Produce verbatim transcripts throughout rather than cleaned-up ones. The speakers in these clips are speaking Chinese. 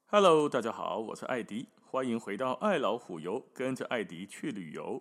Hello， 大家好，我是艾迪，欢迎回到爱老虎游，跟着艾迪去旅游。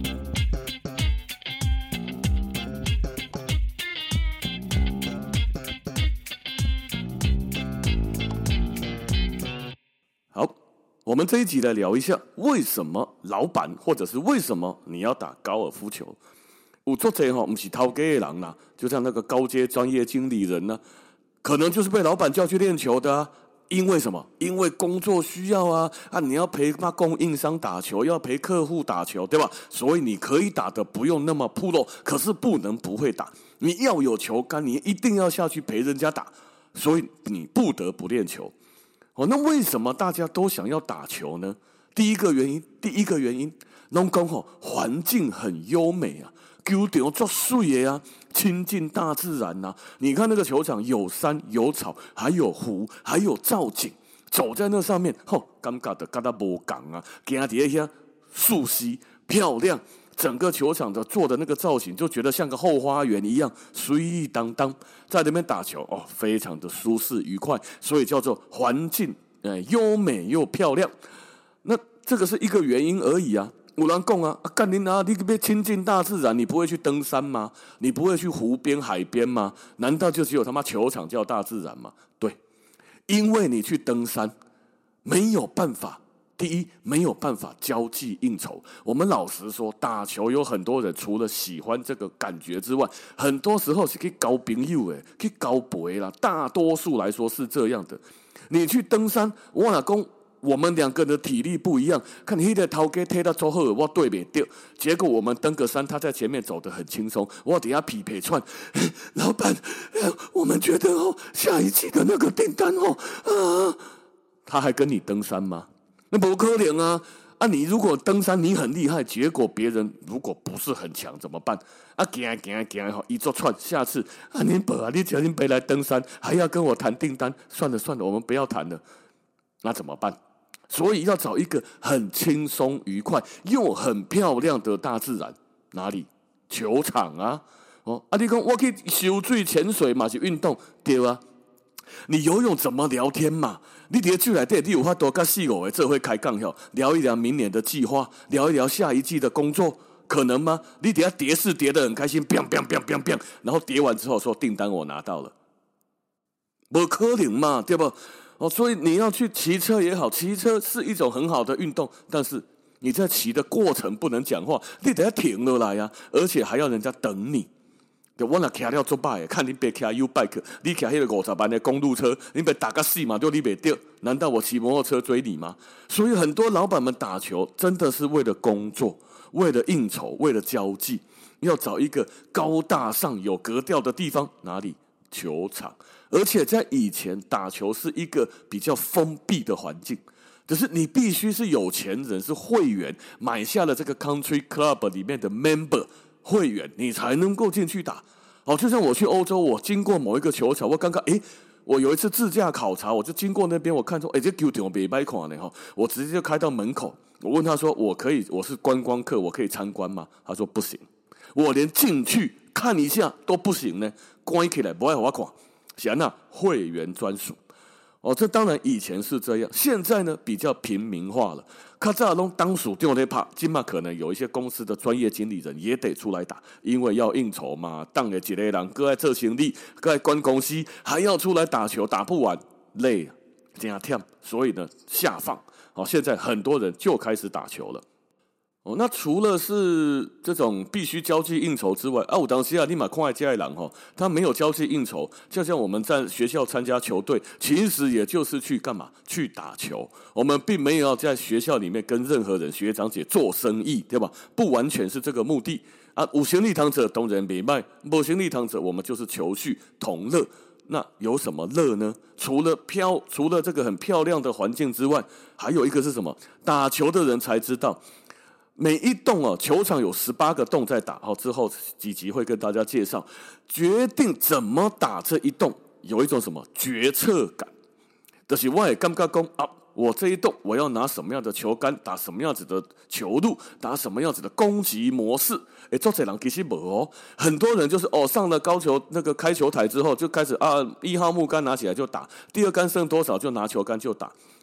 好，我们这一集来聊一下，为什么老板或者是为什么你要打高尔夫球？有做这哈，不是偷鸡的人啦，就像那个高阶专业经理人呢、啊，可能就是被老板叫去练球的啊。因为什么？因为工作需要啊啊！你要陪那供应商打球，要陪客户打球，对吧？所以你可以打的不用那么 pro， 可是不能不会打。你要有球杆，你一定要下去陪人家打，所以你不得不练球。哦，那为什么大家都想要打球呢？第一个原因，第一个原因，拢讲吼，环境很优美啊。球场做水的啊，亲近大自然呐、啊。你看那个球场有山有草，还有湖，还有造景。走在那上面，吼，感觉的跟他无共啊。行在遐树溪漂亮，整个球场的做的那个造型，就觉得像个后花园一样，水意当当。在那边打球哦，非常的舒适愉快，所以叫做环境呃优美又漂亮。那这个是一个原因而已啊。有人讲啊，干你啊！你要亲近大自然，你不会去登山吗？你不会去湖边、海边吗？难道就只有他妈球场叫大自然吗？对，因为你去登山没有办法。第一，没有办法交际应酬。我们老实说，打球有很多人除了喜欢这个感觉之外，很多时候是去交朋友的，去交陪啦。大多数来说是这样的。你去登山，我老公。我们两个的体力不一样，看那个头家踢到左好，我对不对？结果我们登个山，他在前面走得很轻松，我底下匹配串。老板，我们觉得哦，下一季的那个订单哦，啊，他还跟你登山吗？那不可能啊！啊，你如果登山你很厉害，结果别人如果不是很强怎么办？啊，行行行吼，一座串，下次啊，您爸啊，你叫您别来登山，还要跟我谈订单，算了算了，我们不要谈了，那怎么办？所以要找一个很轻松愉快又很漂亮的大自然，哪里？球场啊！哦，啊，你讲我去游水、潜水嘛是运动，对啊。你游泳怎么聊天嘛？你在水内底，你有法度跟四五个这会开杠哟，聊一聊明年的计划，聊一聊下一季的工作，可能吗？你等下叠是叠得很开心，biang biang biang biang biang，然后叠完之后说订单我拿到了，不可能嘛，对不？哦，所以你要去骑车也好，骑车是一种很好的运动，但是你在骑的过程不能讲话，你得要停下来呀、啊，而且还要人家等你。就我若骑了做摆，看你别骑 U bike， 你骑那个五十万的公路车，你别打个死嘛，就你别掉。难道我骑摩托车追你吗？所以很多老板们打球真的是为了工作，为了应酬，为了交际，要找一个高大上有格调的地方，哪里？球场。而且在以前打球是一个比较封闭的环境，就是你必须是有钱人，是会员，买下了这个 country club 里面的 member 会员，你才能够进去打。好，就像我去欧洲，我经过某一个球场，我刚刚诶，我有一次自驾考察，我就经过那边，我看说，诶，这球场没白看呢哈，我直接就开到门口，我问他说，我可以，我是观光客，我可以参观吗？他说不行，我连进去看一下都不行呢，关起来不爱我看。是那会员专属哦，这当然以前是这样，现在呢比较平民化了。较早拢当属丢在怕，今嘛可能有一些公司的专业经理人也得出来打，因为要应酬嘛，当了几类人各在做生意，各在关公司，还要出来打球，打不完累，这样忝，所以呢下放。好，现在很多人就开始打球了。哦，那除了是这种必须交际应酬之外，啊，有当时啊，你嘛看在家的人吼，他没有交际应酬，就像我们在学校参加球队，其实也就是去干嘛？去打球。我们并没有要在学校里面跟任何人学长姐做生意，对吧？不完全是这个目的啊。有行李堂者当然袂歹，无行李堂者我们就是求趣同乐。那有什么乐呢？除了漂，除了这个很漂亮的环境之外，还有一个是什么？打球的人才知道。每一栋哦，球场有十八个洞在打，好之后几集会跟大家介绍，决定怎么打这一栋，有一种什么决策感，就是我也感觉讲啊，我这一栋我要拿什么样的球杆，打什么样子的球路，打什么样子的攻击模式。哎，做这人其实没哦，很多人就是哦上了高球那个开球台之后就开始啊，一号木杆拿起来就打，第二杆剩多少就拿球杆就打。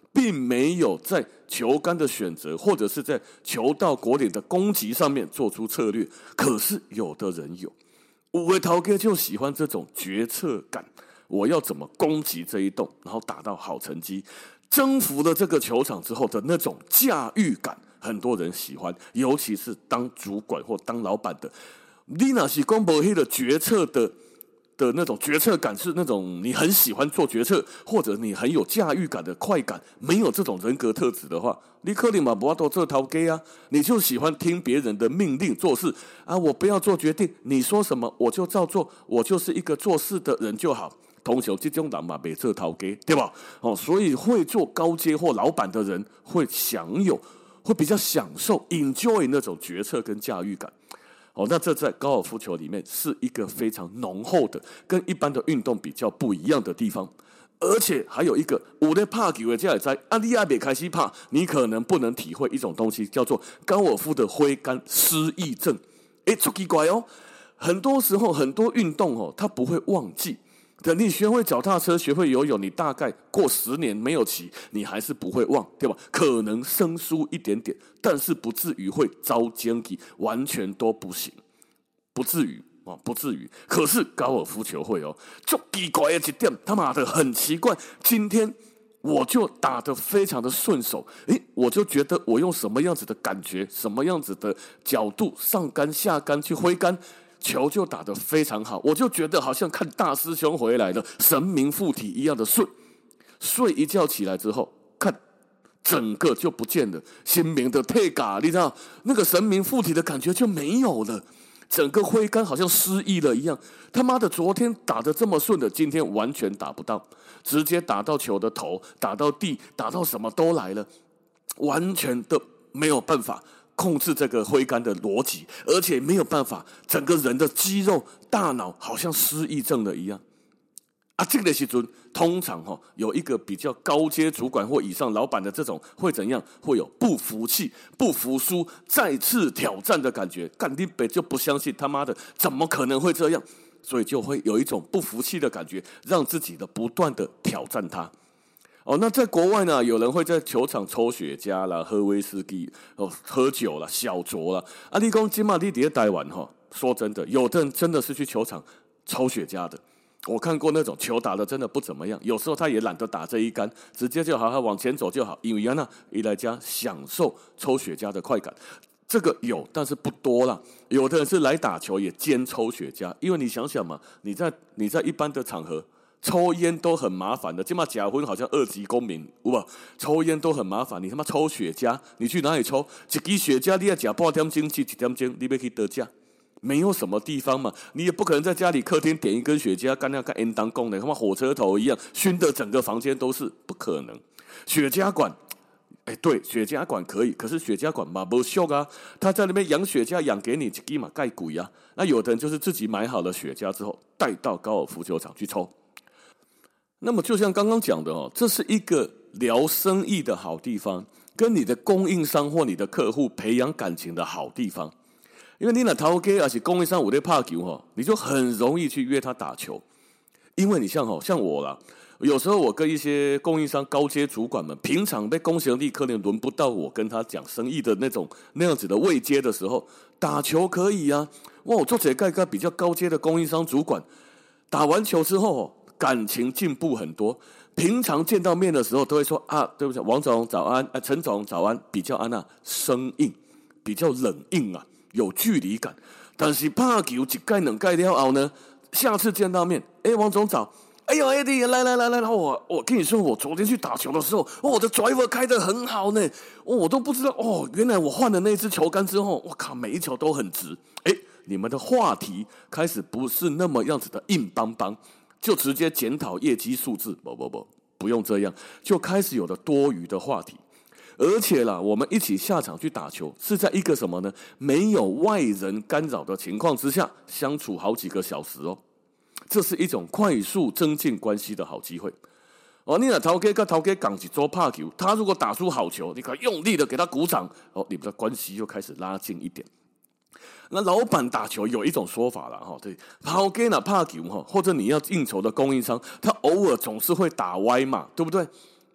并没有在球杆的选择或者是在球到果点的攻击上面做出策略。可是有的人有，有的头家就喜欢这种决策感，我要怎么攻击这一洞，然后打到好成绩，征服了这个球场之后的那种驾驭感，很多人喜欢，尤其是当主管或当老板的，你若是讲没那个决策的的那种决策感，是那种你很喜欢做决策，或者你很有驾驭感的快感，没有这种人格特质的话，你可能嘛不要做这头家啊，你就喜欢听别人的命令做事啊，我不要做决定，你说什么我就照做，我就是一个做事的人就好。通常这种人嘛没做头家，对吧？哦，所以会做高阶或老板的人会享有，会比较享受 enjoy 那种决策跟驾驭感。哦，那这在高尔夫球里面是一个非常浓厚的，跟一般的运动比较不一样的地方。而且还有一个，有在打球的这也知，啊，你还没开始打，你可能不能体会一种东西，叫做高尔夫的挥杆失忆症。哎，超奇怪哦！很多时候，很多运动哦，它不会忘记。等你学会脚踏车、学会游泳，你大概过十年没有骑，你还是不会忘，对吧？可能生疏一点点，但是不至于会遭奸计，完全都不行，不至于哦，不至于。可是高尔夫球会哦，就奇怪的一点，他妈的很奇怪。今天我就打得非常的顺手，诶，我就觉得我用什么样子的感觉、什么样子的角度上杆、下杆去挥杆。球就打得非常好，我就觉得好像看大师兄回来了，神明附体一样的顺。睡一觉起来之后，看整个就不见了，心明的退嘎，你知道那个神明附体的感觉就没有了，整个挥杆好像失忆了一样。他妈的，昨天打得这么顺的，今天完全打不到，直接打到球的头，打到地，打到什么都来了，完全的没有办法控制这个挥杆的逻辑，而且没有办法，整个人的肌肉、大脑好像失忆症了一样。啊，这个时阵通常哈、哦、有一个比较高阶主管或以上老板的这种会怎样？会有不服气、不服输、再次挑战的感觉。干你北就不相信他妈的，怎么可能会这样？所以就会有一种不服气的感觉，让自己的不断的挑战他。哦，那在国外呢，有人会在球场抽雪茄啦、喝威士忌、哦喝酒啦、小酌啦。啊，你讲今嘛你在台湾哈，说真的，有的人真的是去球场抽雪茄的。我看过那种球打的真的不怎么样，有时候他也懒得打这一杆，直接就好好往前走就好，因为呢，一来家享受抽雪茄的快感。这个有，但是不多啦。有的人是来打球也兼抽雪茄，因为你想想嘛，你在你在一般的场合。抽烟都很麻烦的，今嘛假婚好像二级公民，有吧？抽烟都很麻烦，你他妈抽雪茄，你去哪里抽？一支雪茄你要假半点钟至一点钟，你要去得价？没有什么地方嘛，你也不可能在家里客厅点一根雪茄，干那跟烟当供的，他妈火车头一样，熏的整个房间都是，不可能。雪茄馆，哎，对，雪茄馆可以，可是雪茄馆嘛不俗啊，他在那边养雪茄，养给你一支嘛盖贵啊。那有的人就是自己买好了雪茄之后，带到高尔夫球场去抽。那么就像刚刚讲的哦，这是一个聊生意的好地方，跟你的供应商或你的客户培养感情的好地方。因为你那头家而且供应商有在打球哈，你就很容易去约他打球。因为你像哦，像我啦，有时候我跟一些供应商高阶主管们，平常被公行力可能轮不到我跟他讲生意的那种那样子的位阶的时候，打球可以啊。哇，我做起来个比较高阶的供应商主管，打完球之后哦。感情进步很多，平常见到面的时候都会说啊，对不起，王总早安，啊，陈总早安，比较安啊，生硬，比较冷硬啊，有距离感。但是打球一盖两盖了后呢，下次见到面，哎，王总早，哎呦 ，Eddie， 来来来来来，我我跟你说，我昨天去打球的时候，哦、我的 driver 开得很好呢，哦，我都不知道哦，原来我换了那支球杆之后，我靠，每一球都很直。哎，你们的话题开始不是那么样子的硬邦邦。就直接检讨业绩数字，不不不，不用这样，就开始有了多余的话题。而且啦，我们一起下场去打球，是在一个什么呢？没有外人干扰的情况之下，相处好几个小时哦。这是一种快速增进关系的好机会。哦，你若头家跟头家讲一桌拍球，他如果打出好球，你可以用力的给他鼓掌，哦，你们的关系就开始拉近一点。那老板打球有一种说法啦，对，头家若拍球或者你要应酬的供应商，他偶尔总是会打歪嘛，对不对？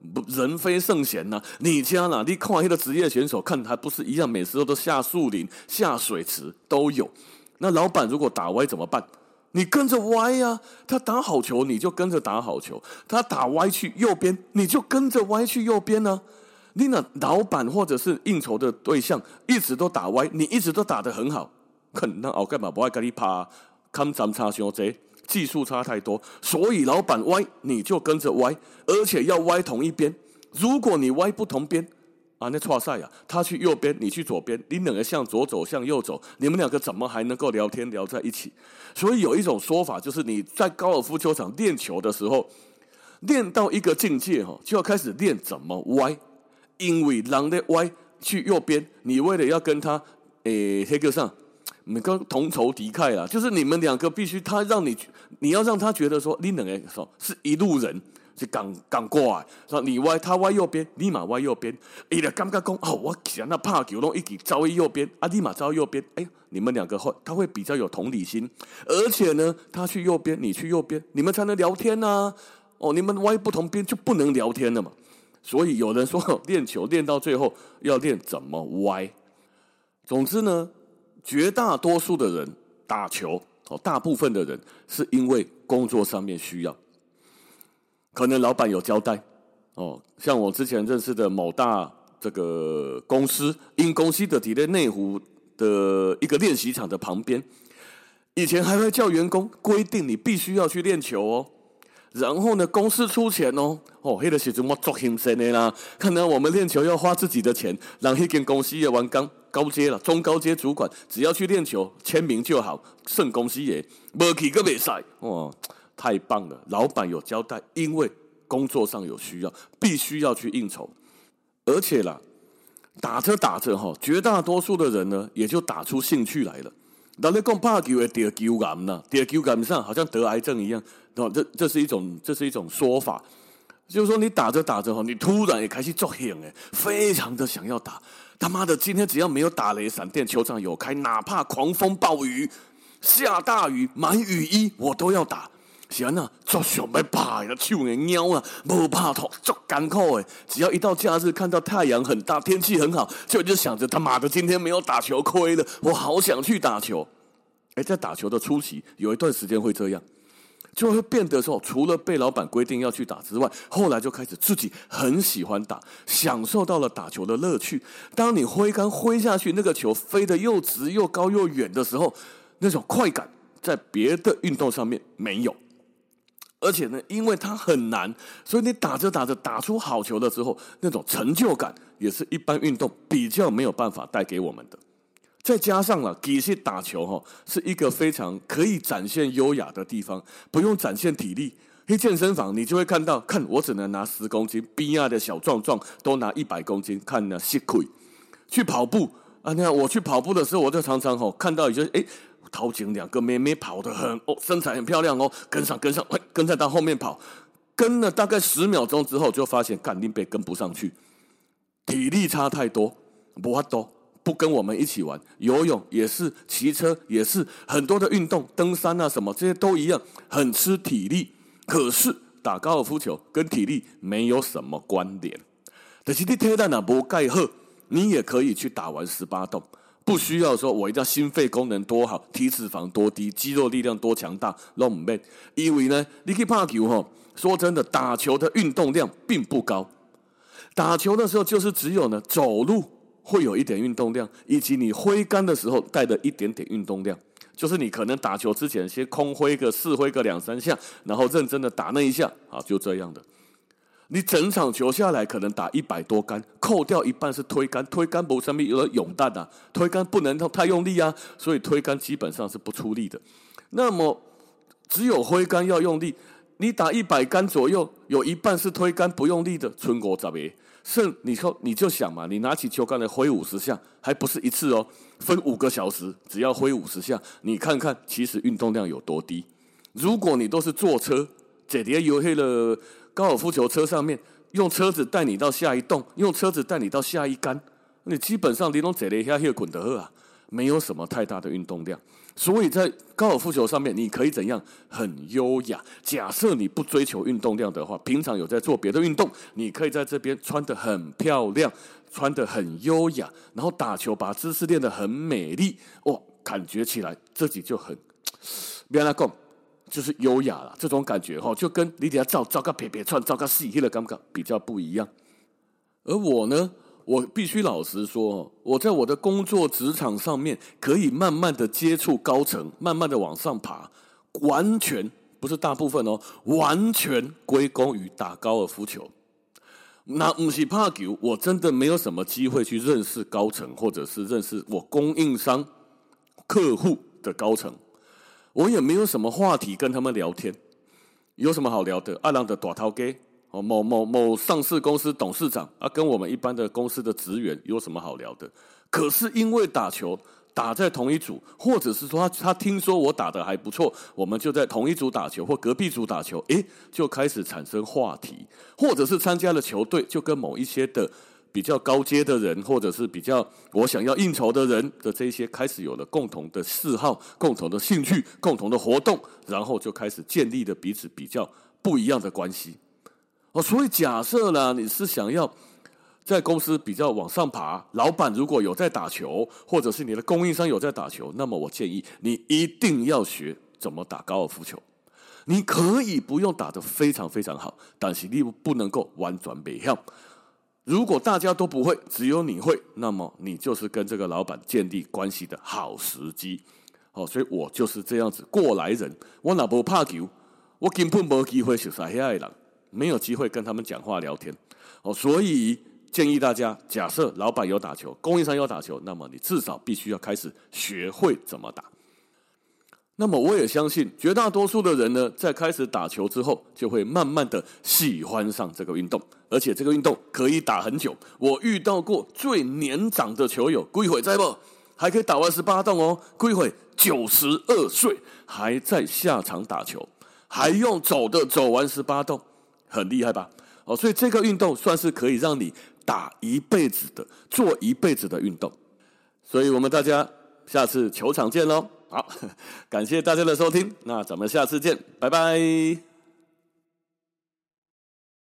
人非圣贤呐、啊！你家啦，你看那个职业选手，看还不是一样，每次都下树林、下水池都有。那老板如果打歪怎么办？你跟着歪呀、啊！他打好球，你就跟着打好球；他打歪去右边，你就跟着歪去右边呢、啊。你那老板或者是应酬的对象一直都打歪，你一直都打得很好，看那后干嘛不爱跟你拍？看咱差伤多，技术差太多，所以老板歪你就跟着歪，而且要歪同一边。如果你歪不同边，啊，那错赛啊！他去右边，你去左边，你两个向左走，向右走，你们两个怎么还能够聊天聊在一起？所以有一种说法，就是你在高尔夫球场练球的时候，练到一个境界哈，就要开始练怎么歪，因为人在歪去右边，你为了要跟他诶，那个上，你跟同仇敌忾啦，就是你们两个必须他让你，你要让他觉得说，你两个说是一路人。是赶赶过来，说你歪，他歪右边，立马歪右边。伊就感觉讲，哦，我想那拍球，拢一起招右边，啊，立马招右边。哎，你们两个会，他会比较有同理心，而且呢，他去右边，你去右边，你们才能聊天啊。哦，你们歪不同边就不能聊天了嘛。所以有人说，练球练到最后要练怎么歪。总之呢，绝大多数的人打球，哦，大部分的人是因为工作上面需要。可能老板有交代哦，像我之前认识的某大这个公司，因公司的伫咧内湖的一个练习场的旁边，以前还会叫员工规定你必须要去练球哦，然后呢，公司出钱哦，哦，那个时阵我做兴盛的啦，看到我们练球要花自己的钱，让那间公司的员工高阶了，中高阶主管只要去练球签名就好，胜公司也没去个比赛哦。太棒了，老板有交代，因为工作上有需要，必须要去应酬，而且啦，打着打着哈，绝大多数的人呢，也就打出兴趣来了。人家讲拍球会得球癌呐，得球癌上好像得癌症一样，哦，这这是一种这是一种说法，就是说你打着打着哈，你突然也开始作兴哎，非常的想要打。他妈的，今天只要没有打雷闪电，球场有开，哪怕狂风暴雨、下大雨、买雨衣，我都要打。是安那，足想要拍的手会鸟啊，无拍头足艰苦的。只要一到假日，看到太阳很大，天气很好，就就想着他妈的今天没有打球亏了，我好想去打球。哎，在打球的初期，有一段时间会这样，就会变得说，除了被老板规定要去打之外，后来就开始自己很喜欢打，享受到了打球的乐趣。当你挥杆挥下去，那个球飞得又直又高又远的时候，那种快感在别的运动上面没有。而且呢，因为它很难，所以你打着打着打出好球的时候，那种成就感也是一般运动比较没有办法带给我们的。再加上了，其实打球哈是一个非常可以展现优雅的地方，不用展现体力。去健身房你就会看到，看我只能拿十公斤，边亚的小壮壮都拿一百公斤，看呢吃亏。去跑步啊，那我去跑步的时候，我就常常吼看到有些哎。头前两个妹妹跑得很哦，身材很漂亮哦，跟上跟上，跟在她后面跑，跟了大概十秒钟之后，就发现干林北跟不上去，体力差太多，没法多，不跟我们一起玩。游泳也是，骑车也是，很多的运动，登山啊什么这些都一样，很吃体力。可是打高尔夫球跟体力没有什么关联，但是你体力若无盖好，你也可以去打完十八洞。不需要说我一定要心肺功能多好，体脂肪多低，肌肉力量多强大，都不免。因为呢，你去打球吼，说真的，打球的运动量并不高。打球的时候，就是只有呢走路会有一点运动量，以及你挥杆的时候带的一点点运动量。就是你可能打球之前先空挥个试挥个两三下，然后认真的打那一下，啊，就这样的。你整场球下来可能打一百多杆，扣掉一半是推杆，推杆不上面有了勇弹啊，推杆不能太用力啊，所以推杆基本上是不出力的。那么只有挥杆要用力，你打一百杆左右，有一半是推杆不用力的，剩五十个。剩你说你就想嘛，你拿起球杆来挥五十下，还不是一次哦，分五个小时，只要挥五十下，你看看其实运动量有多低。如果你都是坐车，坐在有那个高尔夫球车上面，用车子带你到下一洞，用车子带你到下一杆，你基本上你都坐在那里滚得喝啊，没有什么太大的运动量。 所以在高尔夫球上面，你可以怎样很优雅。假设你不追求运动量的话，平常有在做别的运动，你可以在这边穿得很漂亮，穿得很优雅，然后打球把姿势练得很美丽，哦，感觉起来自己就很，别人讲就是优雅了。这种感觉哈，就跟你底下照照个撇撇串，照个细，那个感觉比较不一样。而我呢？我必须老实说，我在我的工作职场上面可以慢慢的接触高层，慢慢的往上爬，完全不是大部分哦，完全归功于打高尔夫球。那不是打球，我真的没有什么机会去认识高层，或者是认识我供应商、客户的高层，我也没有什么话题跟他们聊天。有什么好聊的？阿郎的大头家。某某某上市公司董事长啊，跟我们一般的公司的职员有什么好聊的？可是因为打球打在同一组，或者是说他他听说我打得还不错，我们就在同一组打球或隔壁组打球，诶，就开始产生话题，或者是参加了球队，就跟某一些的比较高阶的人，或者是比较我想要应酬的人的这些，开始有了共同的嗜好、共同的兴趣、共同的活动，然后就开始建立了彼此比较不一样的关系。哦，所以假设啦，你是想要在公司比较往上爬，老板如果有在打球，或者是你的供应商有在打球，那么我建议你一定要学怎么打高尔夫球。你可以不用打得非常非常好，但是你不能够完全不会。如果大家都不会，只有你会，那么你就是跟这个老板建立关系的好时机。哦，所以我就是这样子过来人。我哪不怕球，我根本没机会熟悉那些人。没有机会跟他们讲话聊天，哦，所以建议大家，假设老板有打球，供应商有打球，那么你至少必须要开始学会怎么打。那么我也相信，绝大多数的人呢，在开始打球之后，就会慢慢的喜欢上这个运动，而且这个运动可以打很久。我遇到过最年长的球友，几岁知不？还可以打完十八洞哦，几岁？九十二岁还在下场打球，还用走的走完十八洞。很厉害吧？哦，所以这个运动算是可以让你打一辈子的、做一辈子的运动。所以我们大家下次球场见喽！好，感谢大家的收听，那咱们下次见，拜拜。